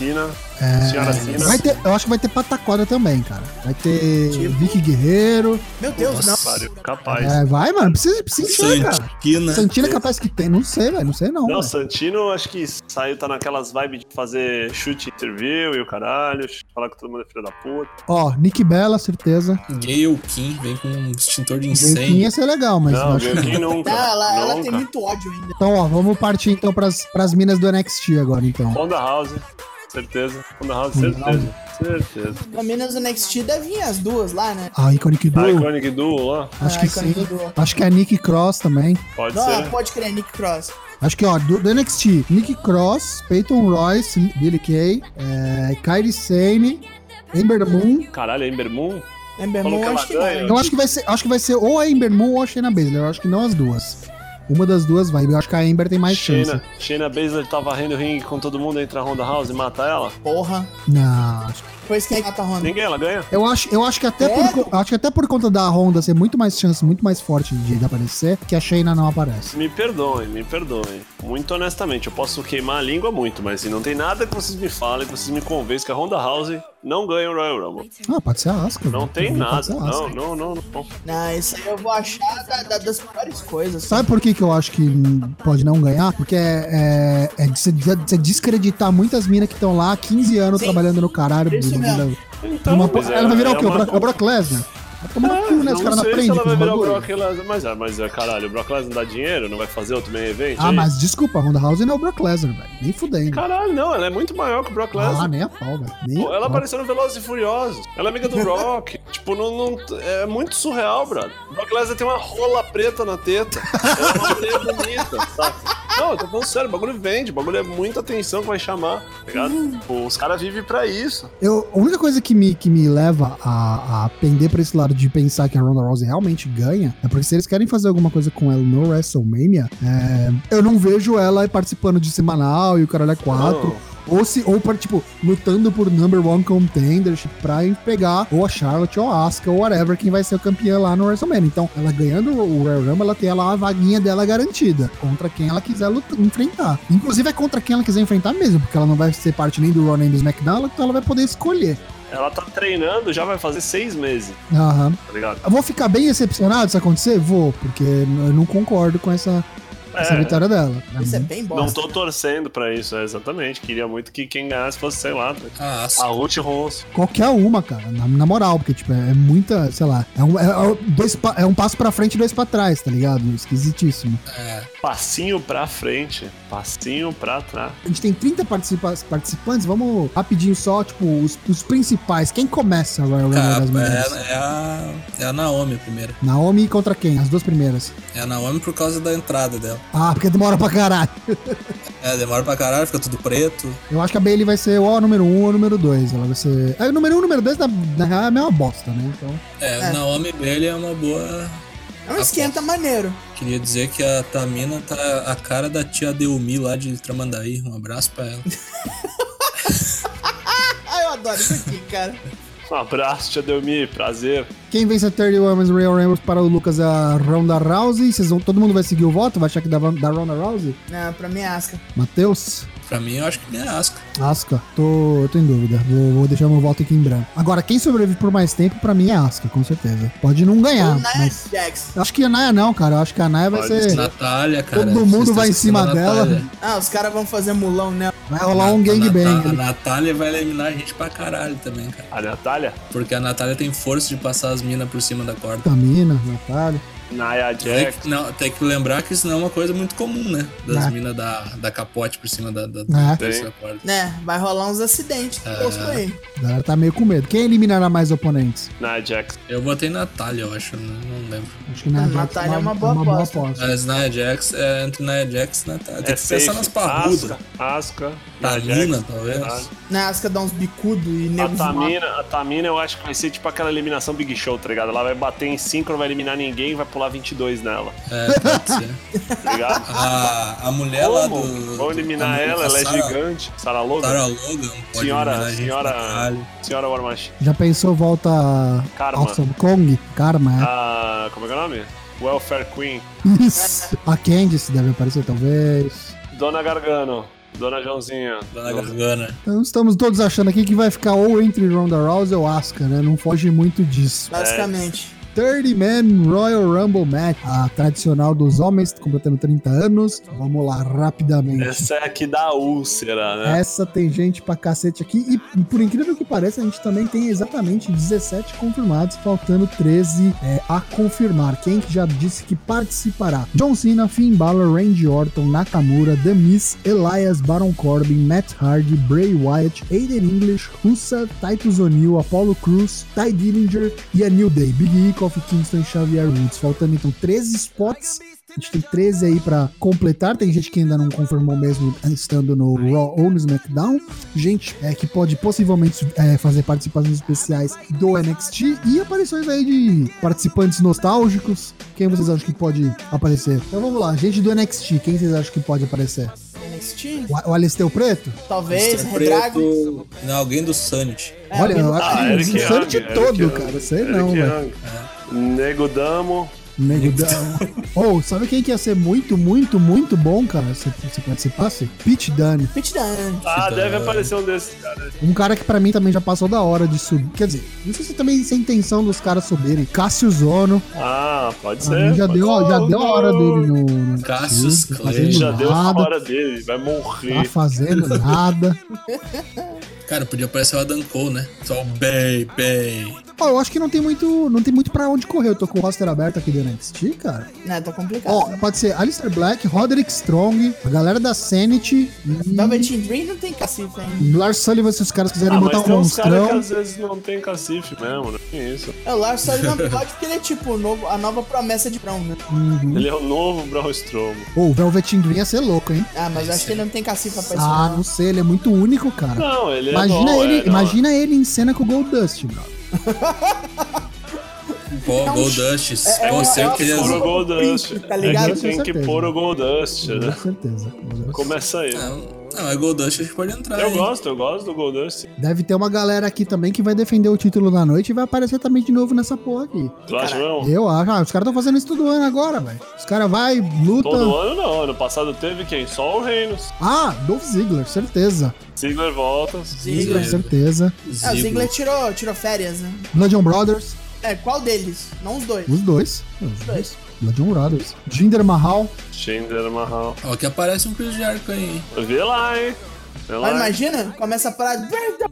Senhora Sina. Eu acho que vai ter pataquada também, cara. Vai ter Tipo? Vicky Guerreiro. Meu Deus, não. Pariu, capaz. Vai, mano. Precisa encher, cara. Santina. Santina é capaz que tem. Não sei, velho. Não sei não. Não, velho. Santino, acho que saiu, tá naquelas vibes de fazer chute interview e o caralho, falar que todo mundo é filho da puta. Ó, Nick Bella, certeza. Gale Kim vem com um extintor de Quem incêndio. ia ser legal, mas eu Não, acho que quem não. nunca. Ela tem nunca. muito ódio ainda. Então, ó, vamos partir então pras minas do NXT agora, então. Honda House, certeza. Honda House, certeza. Pelo menos no NXT deve vir as duas lá, né? A Iconic A Duo. Iconic Duo lá, Acho A que Iconic sim. Duo. Acho que é a Nick Cross também. pode Não, ser. pode crer, Nick Cross. Acho que, ó, do NXT, Nick Cross, Peyton Royce, Billie Kay, Kairi Sane, Ember Moon. Caralho, Ember Moon? Ember Falou Moon, que acho que ela não. ganha. hein? Eu acho que vai ser ou a Ember Moon ou a Shayna Baszler. Eu acho que não as duas. Uma das duas vai. Eu acho que a Ember tem mais chance. Shayna Baszler tá varrendo o ringue com todo mundo, entra a Honda House e mata ela? Porra. Não, acho que- Depois quem mata a Honda? Ninguém, ela ganha? eu acho que até acho que até por conta da Honda ser muito mais chance, muito mais forte de aparecer, que a Shayna não aparece. Me perdoem. Muito honestamente, eu posso queimar a língua muito, mas assim, não tem nada que vocês me falem, que vocês me convençam que a Honda House não ganha o Royal Rumble. Ah, pode ser a Asuka. Não tem Pode nada. ser a Asuka. Não. Não, isso aí eu vou achar das piores coisas. Sabe por que eu acho que pode não ganhar? Porque é de você descreditar muitas minas que estão lá há 15 anos Sim. trabalhando no caralho. Isso mesmo. Então, mas ela vai virar o quê? uma- O Brock Lesnar? Vai tomar no cu, né? Os Não caras não sei se aprendem ela com vai os virar o bagulho. Brock Lesnar, mas caralho, o Brock Lesnar não dá dinheiro, não vai fazer outro main event? Ah, aí? mas desculpa, a Ronda Rousey não é o Brock Lesnar, velho. Nem fudendo. Caralho, não, ela é muito maior que o Brock Lesnar. Ah, nem a pau, velho. Nem Pô, a ela pau. apareceu no Velozes e Furiosos. Ela é amiga do Rock. Tipo, é muito surreal, brother. O Brock Lesnar tem uma rola preta na teta. Ela é uma mulher bonita, sabe? Não, eu tô falando sério, o bagulho vende, o bagulho é muita atenção que vai chamar, tá ligado? Pô, os caras vivem pra isso. A única coisa que me leva a pender pra esse lado de pensar que a Ronda Rousey realmente ganha é porque se eles querem fazer alguma coisa com ela no WrestleMania, eu não vejo ela participando de semanal e o caralho é 4. Tipo, lutando por number one contendership pra pegar ou a Charlotte ou a Asuka ou whatever, quem vai ser o campeão lá no WrestleMania. Então, ela ganhando o Royal Rumble, ela tem lá a vaguinha dela garantida, contra quem ela quiser enfrentar. Inclusive, é contra quem ela quiser enfrentar mesmo, porque ela não vai ser parte nem do Raw nem do SmackDown, então ela vai poder escolher. Ela tá treinando, já vai fazer 6 meses, Aham. tá ligado? Eu vou ficar bem decepcionado se acontecer? Vou, porque eu não concordo com essa Essa é a vitória dela. Pra Isso é mim. bem Não bosta. tô torcendo pra isso, exatamente. Queria muito que quem ganhasse fosse, sei lá, Ah, a Ruth Ronson. Qualquer uma, cara, na moral, porque, tipo, é muita, sei lá, é um passo pra frente e 2 pra trás, tá ligado? Esquisitíssimo. Passinho pra frente, passinho pra trás. A gente tem 30 participantes, vamos rapidinho só, tipo, os principais. Quem começa a Royal Rumble das mulheres? É a Naomi primeiro. Naomi contra quem? As 2 primeiras. É a Naomi por causa da entrada dela. Ah, porque demora pra caralho. Demora pra caralho, fica tudo preto. Eu acho que a Bayley vai ser ou a número 1 ou a número 2. Ela vai ser... o número 1 e o número 2, na real, é a mesma bosta, né? Então... Naomi Bailey é uma boa... É um esquenta maneiro. Queria dizer que a Tamina tá a cara da tia Deumi lá de Tramandaí. Um abraço pra ela. Eu adoro isso aqui, cara. Um abraço, tia Delmi, prazer. Quem vence a 30 Women's Royal Rumble para o Lucas é a Ronda Rousey. Todo mundo vai seguir o voto? Vai achar que dá Ronda Rousey? Não, pra mim é Asuka. Matheus? Pra mim, eu acho que é a Asuka. Asuka. Eu tô em dúvida. Vou deixar meu voto aqui em branco. Agora, quem sobrevive por mais tempo, pra mim é Asuka, com certeza. Pode não ganhar, Nia mas... Jax. Eu acho que a Naya não, cara. Eu acho que a Naya vai Pode ser... Natália, cara. Todo mundo Vocês vai em estão cima esquecendo a dela. Natália. Ah, os caras vão fazer mulão nela. Vai rolar um gangbang. A Natália vai eliminar a gente pra caralho também, cara. A Natália, Porque a Natália tem força de passar as minas por cima da corda. Tamina, Natália. Nia Jax. Tem que lembrar que isso não é uma coisa muito comum, né? Das É. minas da capote por cima da É. corda. Né, vai rolar uns acidentes tosco aí. A galera tá meio com medo. Quem eliminará mais oponentes? Nia Jax. Eu botei Natália, eu acho, não lembro. Acho que Nia Jax Natália é uma boa aposta. Mas Nia Jax, entre Nia Jax e Natália. Tem É que pensar nas parrudas. Asuka. Tamina, Nia Jax. talvez. Né, a Asuka dá uns bicudos e A nego voar. Tamina eu acho que vai ser tipo aquela eliminação Big Show, tá ligado? Ela vai bater em 5, não vai eliminar ninguém e vai pular 22 nela, Pode ser. tá ligado? A mulher lá Como? do... Vão eliminar ela é gigante. Sarah Logan? Sarah Logan pode eliminar a gente pra caralho. Senhora War Machine. Já pensou volta Karma. Awesome Kong? Karma, A... Como é que é o nome? Welfare Queen. é. Isso. A Candice deve aparecer, talvez. Dona Gargano. Dona Joãozinha. Dona Gargana. Então estamos todos achando aqui que vai ficar ou entre Ronda Rousey ou Asuka, né? Não foge muito disso. Basicamente. 30-Man Royal Rumble Match, a tradicional dos homens, completando 30 anos. Vamos lá, rapidamente. Essa é a que dá úlcera, né? Essa tem gente pra cacete aqui. E por incrível que pareça, a gente também tem exatamente 17 confirmados, faltando 13 a confirmar. Quem que já disse que participará? John Cena, Finn Balor, Randy Orton, Nakamura, The Miz, Elias, Baron Corbin, Matt Hardy, Bray Wyatt, Aiden English, Rusev, Titus O'Neil, Apollo Crews, Ty Dillinger e a New Day. Big E, Kofi Kingston e Xavier Woods. Faltando então 13 spots. A gente tem 13 aí pra completar. Tem gente que ainda não confirmou mesmo estando no Raw ou no SmackDown. Gente que pode possivelmente fazer participações especiais do NXT. E aparições aí de participantes nostálgicos. Quem vocês acham que pode aparecer? Então vamos lá, gente do NXT. Quem vocês acham que pode aparecer? NXT? O Alisteu Preto? Talvez, Tem Redrago. Não, alguém do Sanity. Olha, eu acho que Eric o Sanity Young, todo, Eric cara. Young, Sei Eric não, velho. Young. Nego Damo. Negudão. Sabe quem que ia ser muito, muito, muito bom, cara? Se participasse? Pete Dunne. Pit Dunne. Deve aparecer um desses, cara. Um cara que pra mim também já passou da hora de subir. Quer dizer, não sei se também sem intenção dos caras subirem. Cassius Ono. Pode Pra mim ser. já deu a hora dele no Cassius tá Clay. fazendo Já deu a nada, hora dele, vai Tá morrer. fazendo nada. Cara, podia aparecer o Adam Cole, né? Só o bem. Eu acho que não tem muito pra onde correr. Eu tô com o roster aberto aqui do NXT, cara. Né, tá complicado. Pode ser Aleister Black, Roderick Strong, a galera da Sanity e Velvet Dream não tem cacife ainda. Lars Sullivan, se os caras quiserem botar Mas um tem uns caras que monstrão. às vezes não tem cacife mesmo, né? Tem isso. O Lars Sullivan pode porque ele é tipo a nova promessa de Brown, né? Ele é o novo Braun Strowman. O Velvet Dream ia ser louco, hein? Ah, mas eu acho que ele não tem cacife pra aparecer. Ah, não. não sei, ele é muito único, cara. Não, ele é Imagina bom, ele, não. imagina ele em cena com o Goldust, bro. Pô, Goldust. é uma queria... Pôr o Goldust. Tá ligado? É que tem Com que certeza. pôr o Goldust, Com né? certeza. Começa aí. Não, é Goldust, acho que pode entrar. Eu hein? gosto do Goldust. Deve ter uma galera aqui também que vai defender o título da noite e vai aparecer também de novo nessa porra aqui. Tu acha mesmo? Eu acho. Os caras estão fazendo isso todo ano agora, velho. Os caras vai, luta. Todo ano não. Ano passado teve quem? Só o Reinos. Dolph Ziggler, certeza. Ziggler volta. Ziggler. Certeza. O Ziggler tirou férias, né? Bludgeon Brothers, Qual deles? Não os dois. os dois. Os dois. Bludgeon Brothers. Jinder Mahal. Jinder Mahal. Ó, que aparece um Chris Jericho aí, hein? Vê lá, hein? Vê lá. Mas imagina, começa a parar.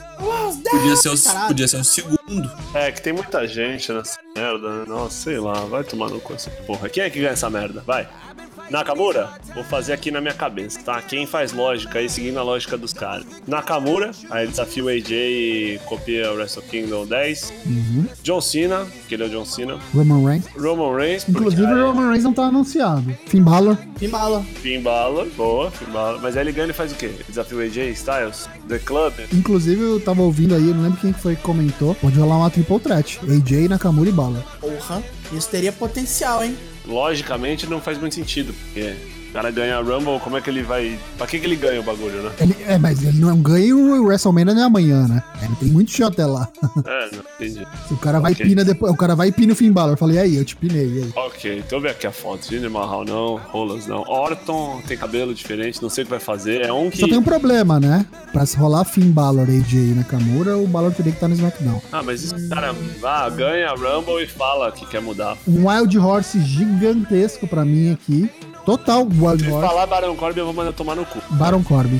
Podia ser um segundo. É, que tem muita gente nessa merda, né? Nossa, sei lá, vai tomar no cu essa porra. Quem é que ganha essa merda? Vai. Nakamura? Vou fazer aqui na minha cabeça, tá? Quem faz lógica aí, seguindo a lógica dos caras. Nakamura, aí ele desafia o AJ e copia o Wrestle Kingdom 10. John Cena, que ele é o John Cena. Roman Reigns. Roman Reigns. Inclusive, o Roman Reigns não tá anunciado. Finn Balor. Pimbala. Finn Balor, boa, Finn Balor. Mas aí ele ganha e faz o quê? Ele desafia o AJ Styles? The Club? Inclusive, eu tava ouvindo aí, eu não lembro quem foi que comentou. Pode rolar uma triple threat. AJ, Nakamura e Balor. Porra, isso teria potencial, hein? Logicamente não faz muito sentido, porque o cara ganha a Rumble, como é que ele vai... Pra que ele ganha o bagulho, né? Mas ele não ganha o WrestleMania não é amanhã, né? Ele tem muito chão até lá. É, não entendi. O cara vai Ok. e pina depois. O cara vai e pina o Finn Balor. Eu falei, e aí, eu te pinei, e aí? Ok, então vê aqui a foto. Jinder Mahal não, Rollins não. Orton tem cabelo diferente, não sei o que vai fazer. É um que... Só tem um problema, né? Pra se rolar Finn Balor, AJ e Nakamura, o Balor teria que estar no SmackDown. Ah, mas esse cara ganha a Rumble e fala que quer mudar. Um Wild Horse gigantesco pra mim aqui. Total Wild Se Horse. falar Baron Corbin, eu vou mandar tomar no cu. Baron Corbin.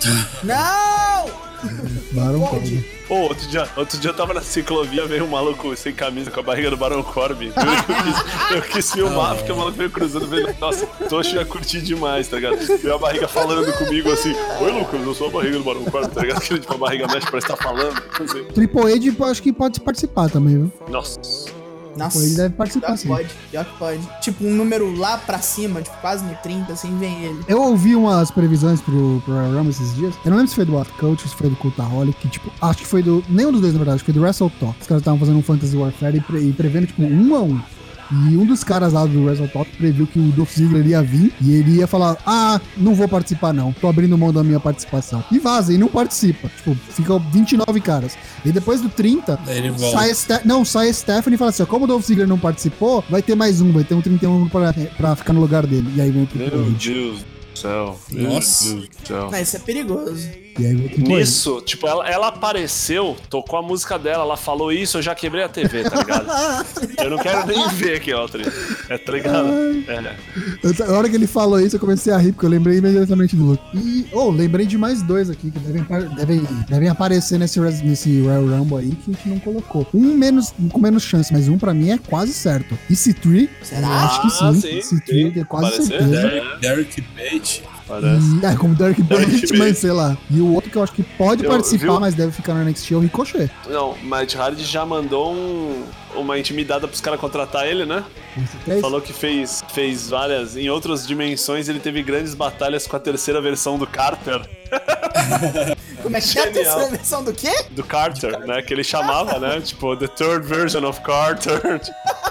Não! Baron Pode. Corbin. Pô, outro dia eu tava na ciclovia, veio um maluco sem camisa com a barriga do Baron Corbin. Eu quis filmar, porque o maluco veio cruzando, veio, nossa, Toshi ia curtir demais, tá ligado? Veio a barriga falando comigo assim, oi Lucas, eu sou a barriga do Baron Corbin, tá ligado? Que tipo, a barriga mexe, parece que tá falando. Assim. Triple H, acho que pode participar também, viu? Nossa. Nossa, Ele deve participar, pior que sim. pode, pior que pode. Tipo, um número lá pra cima, tipo, quase no 30, assim, vem ele. Eu ouvi umas previsões pro Royal Rumble esses dias. Eu não lembro se foi do Off Coach ou se foi do Cultaholic, que tipo, acho que foi do... Nenhum dos dois, na verdade, acho que foi do Wrestle Talk. Os caras estavam fazendo um Fantasy Warfare e prevendo, tipo, 1 a 1. E um dos caras lá do Wrestle Talk previu que o Dolph Ziggler ia vir e ele ia falar, não vou participar não, tô abrindo mão da minha participação. E vaza, e não participa. Tipo, fica 29 caras. E depois do 30, Daí ele volta. sai a Stephanie e fala assim, ó, como o Dolph Ziggler não participou, vai ter mais um, vai ter um 31 pra ficar no lugar dele. E aí vem o Triple Meu H. Deus do céu. Meu Nossa. Deus do céu. Não, isso é perigoso. E aí vem o Triple H. Nisso, tipo, ela apareceu, tocou a música dela, ela falou isso, eu já quebrei a TV, tá ligado? Eu não quero nem ver aqui, ó, tá ligado? É. A hora que ele falou isso, eu comecei a rir, porque eu lembrei imediatamente do Luke. E, lembrei de mais dois aqui, que devem aparecer nesse Royal Rumble aí, que a gente não colocou. Com menos chance, mas um pra mim é quase certo. EC3, Será? eu acho que sim. Sim, EC3 sim. é quase Aparecer, certeza. é. Derek Page. Parece. Como Derek Page, Page. mas sei lá. E o outro que eu acho que pode Eu- participar, viu? mas deve ficar no NXT é o Ricochet. Não, Matt Hardy já mandou uma intimidada pros caras contratar ele, né? Falou que fez várias. Em outras dimensões, ele teve grandes batalhas com a terceira versão do Carter. Como é que é a Genial. terceira versão do quê? Do Carter, né? Que ele chamava, né? Tipo, the third version of Carter.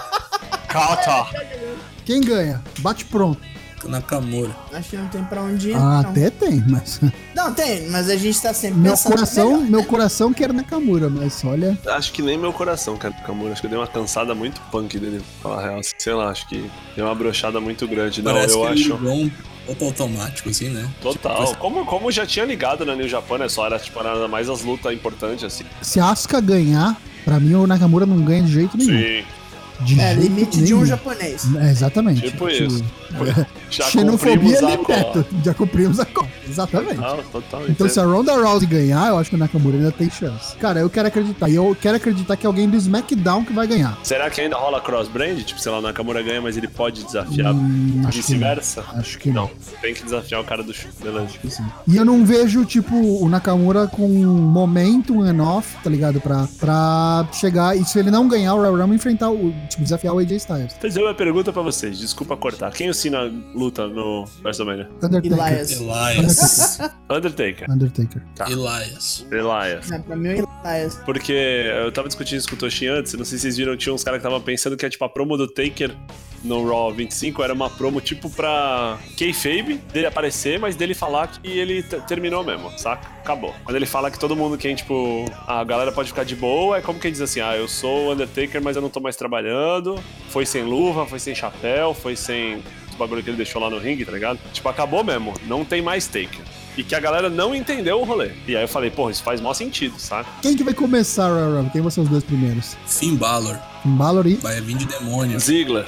Carter. Quem ganha? Bate pronto. Nakamura. Acho que não tem pra onde ir, Ah, não. até tem, mas... Não, tem, mas a gente tá sempre Meu pensando coração, melhor. meu coração quer Nakamura, mas olha... Acho que nem meu coração, cara, Nakamura. Acho que eu dei uma cansada muito punk dele, pra falar a real. Sei lá, acho que deu uma brochada muito grande. Não, Parece eu que ele acho. ligou um ponto automático, assim, né? Total. Tipo, Como já tinha ligado na New Japan, né? Só era, tipo, era mais as lutas importantes, assim. Se a Asuka ganhar, pra mim o Nakamura não ganha de jeito nenhum. Sim. De É, jeito limite de um nenhum. japonês. É, exatamente. Tipo isso. Já Xenofobia cumprimos a limita. Já cumprimos a cota. Exatamente. Total. Então, se a Ronda Rousey ganhar, eu acho que o Nakamura ainda tem chance. Cara, eu quero acreditar. E eu quero acreditar que é alguém do SmackDown que vai ganhar. Será que ainda rola cross-brand? Tipo, sei lá, o Nakamura ganha, mas ele pode desafiar Acho vice-versa? que não. Acho que não. Tem que desafiar o cara do chute, beleza. Sim. E eu não vejo, tipo, o Nakamura com um momentum enough, tá ligado? Pra chegar. E se ele não ganhar o Royal Rumble, enfrentar tipo, desafiar o AJ Styles. Fazer uma pergunta pra vocês, desculpa cortar. Quem o Cena luta no WrestleMania? Undertaker. Elias. Elias. Undertaker. Undertaker. Tá. Elias. Elias. É, pra mim, o Elias. Porque eu tava discutindo isso com o Toshi antes, não sei se vocês viram, tinha uns caras que estavam pensando que tipo, a promo do Taker no Raw 25 era uma promo tipo pra kayfabe, dele aparecer, mas dele falar que ele terminou mesmo, saca? Acabou. Quando ele fala que todo mundo quem, tipo, a galera pode ficar de boa, é como quem diz assim, eu sou o Undertaker, mas eu não tô mais trabalhando, foi sem luva, foi sem chapéu, foi sem os bagulho que ele deixou lá no ringue, tá ligado? Tipo, acabou mesmo, não tem mais Taker. E que a galera não entendeu o rolê. E aí eu falei, porra, isso faz maior sentido, saca? Quem que vai começar o Royal Rumble? Quem vão ser os dois primeiros? Finn Balor. Finn Balor e... Vai vir de demônio. Ziggler.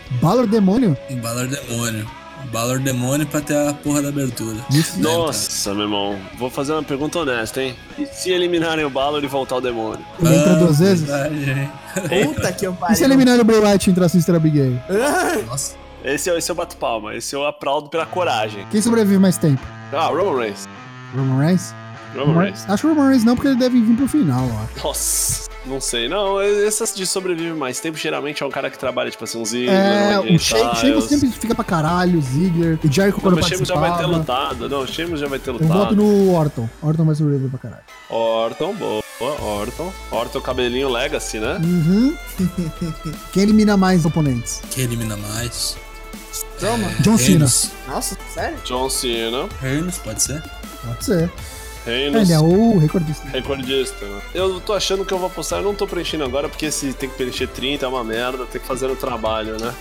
Balor Demônio? Balor Demônio. Balor Demônio pra ter a porra da abertura. Isso. Nossa, meu irmão. Vou fazer uma pergunta honesta, hein? E se eliminarem o Balor e voltar o demônio? Ele entra duas vezes? Verdade, hein? Puta que eu E se pariu. eliminar o Bray Wyatt e entrar Sister Abigail? Nossa. Esse eu bato palma. Esse eu aplaudo pela coragem. Quem sobrevive mais tempo? Ah, Roman Reigns. Roman Reigns? Roman Reigns. Acho que o Roman Reigns não, porque ele deve vir pro final, ó. Nossa, não sei. Não, essas de sobrevive mais tempo geralmente é um cara que trabalha, tipo assim, um Ziggler, É, um o Sheamus sempre fica pra caralho, o Ziggler, o Jericho quando Não, mas o Sheamus já vai ter participava. lutado. Não, o Sheamus já vai ter Eu voto lutado. no Orton. Orton vai sobreviver pra caralho. Orton, boa. Orton, cabelinho Legacy, né? Uhum. Quem elimina mais oponentes? Quem elimina mais? Strowman? John Cena. Reigns. Nossa, sério? John Cena. Reigns, pode ser? Pode ser. Reigns. Ele é o recordista. Recordista. Né? Eu tô achando que eu vou apostar, eu não tô preenchendo agora, porque se tem que preencher 30 é uma merda, tem que fazer o trabalho, né?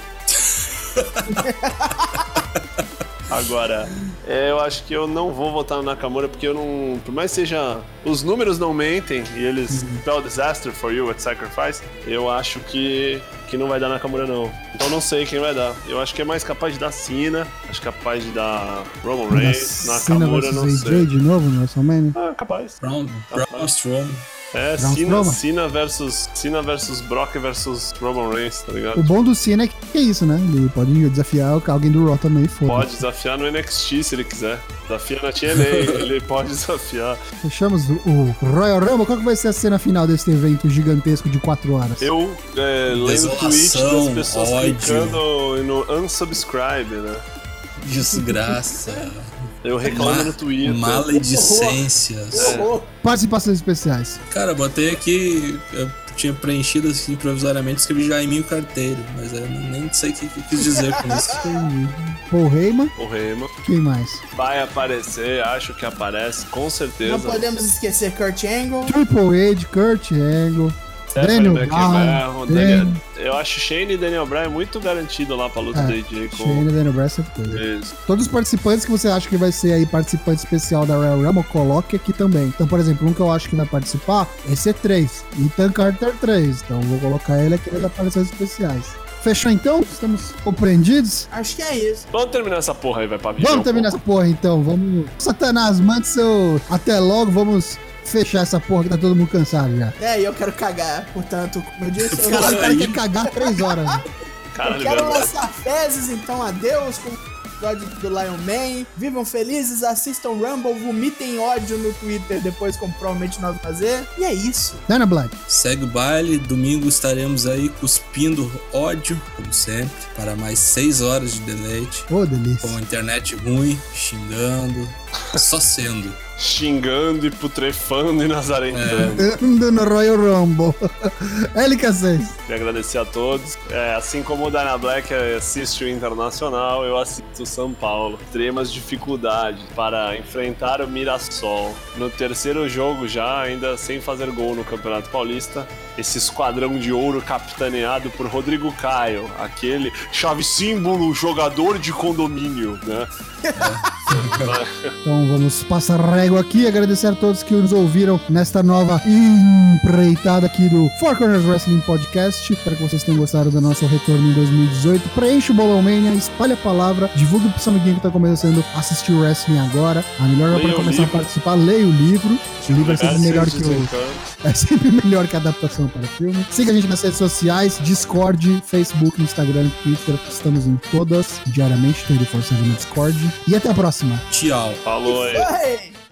Agora, eu acho que eu não vou votar no Nakamura, porque eu não. Por mais que seja. Os números não mentem e eles spell disaster for you at sacrifice, eu acho que não vai dar Nakamura, não. Então não sei quem vai dar. Eu acho que é mais capaz de dar Cena, acho capaz de dar Roman Reigns, Cena Nakamura, não versus AJ sei. de novo no WrestleMania. Ah, capaz. Braun Strowman. É, Braun Strowman. Cena versus Brock versus Roman Reigns, tá ligado? O bom do Cena é que é isso, né? Ele pode desafiar alguém do Raw também, Pode foda-se. desafiar no NXT se ele quiser. Desafia na TNA, ele pode desafiar. Fechamos o Royal Rumble. Qual que vai ser a cena final desse evento gigantesco de 4 horas? Eu lendo Desolação, tweet das pessoas ódio. clicando no unsubscribe, né? Desgraça. Eu reclamo no Twitter. Maledicências. Participações especiais. Cara, botei aqui. Eu tinha preenchido assim provisoriamente, escrevi Jaiminho Carteiro, mas eu nem sei o que eu quis dizer com isso. Entendi. Paul Heyman. O Rema Quem mais? vai aparecer, acho que aparece, com certeza. Não podemos esquecer Kurt Angle. Triple H, Kurt Angle. Stephanie Daniel McMahon, Bryan. Eu acho Shane e Daniel Bryan muito garantido lá pra luta É, da AJ com Shane, Daniel Bryan, certeza. Isso. Todos os participantes que você acha que vai ser aí participante especial da Royal Rumble, coloque aqui também. Então, por exemplo, um que eu acho que vai participar, esse é 3. Ethan Carter 3. Então, eu vou colocar ele aqui nas aparições especiais. Fechou então? Estamos compreendidos? Acho que é isso. Vamos terminar essa porra aí, vai pra viver Vamos um terminar pouco. essa porra então. Vamos. Satanás, mande seu. Até logo, vamos fechar essa porra que tá todo mundo cansado já. É, e eu quero cagar, portanto, como eu disse, eu, Caralho, o cara quer cagar 3 horas. Né? Caralho, quero velho. lançar fezes, então adeus com o episódio do Lion Man. Vivam felizes, assistam Rumble, vomitem ódio no Twitter depois, como provavelmente nós vamos fazer. E é isso. Dana Black. Segue o baile, domingo estaremos aí cuspindo ódio, como sempre, para mais 6 horas de deleite, Ô, delícia. com a internet ruim, xingando, só sendo. Xingando e putrefando e nazarentando. Ando no Royal Rumble. LK6. Queria agradecer a todos. Assim como o Dana Black assiste o Internacional, eu assisto o São Paulo. Extremas dificuldades para enfrentar o Mirassol. No terceiro jogo já, ainda sem fazer gol no Campeonato Paulista, esse esquadrão de ouro capitaneado por Rodrigo Caio, aquele chave símbolo jogador de condomínio, né? Então vamos passar régua aqui. Agradecer a todos que nos ouviram nesta nova empreitada aqui do Four Corners Wrestling Podcast. Espero que vocês tenham gostado do nosso retorno em 2018. Preencha o Bolão Mania, espalhe a palavra, divulgue pro seu amiguinho que tá começando a assistir o wrestling agora. A melhor hora Leia para o começar a livro. participar, leia o livro. O livro é sempre melhor que o... É sempre melhor que a adaptação para filme. Siga a gente nas redes sociais, Discord, Facebook, Instagram, Twitter. Estamos em todas, diariamente, 24/7 no Discord. E até a próxima. Tchau. Falou aí. Oi!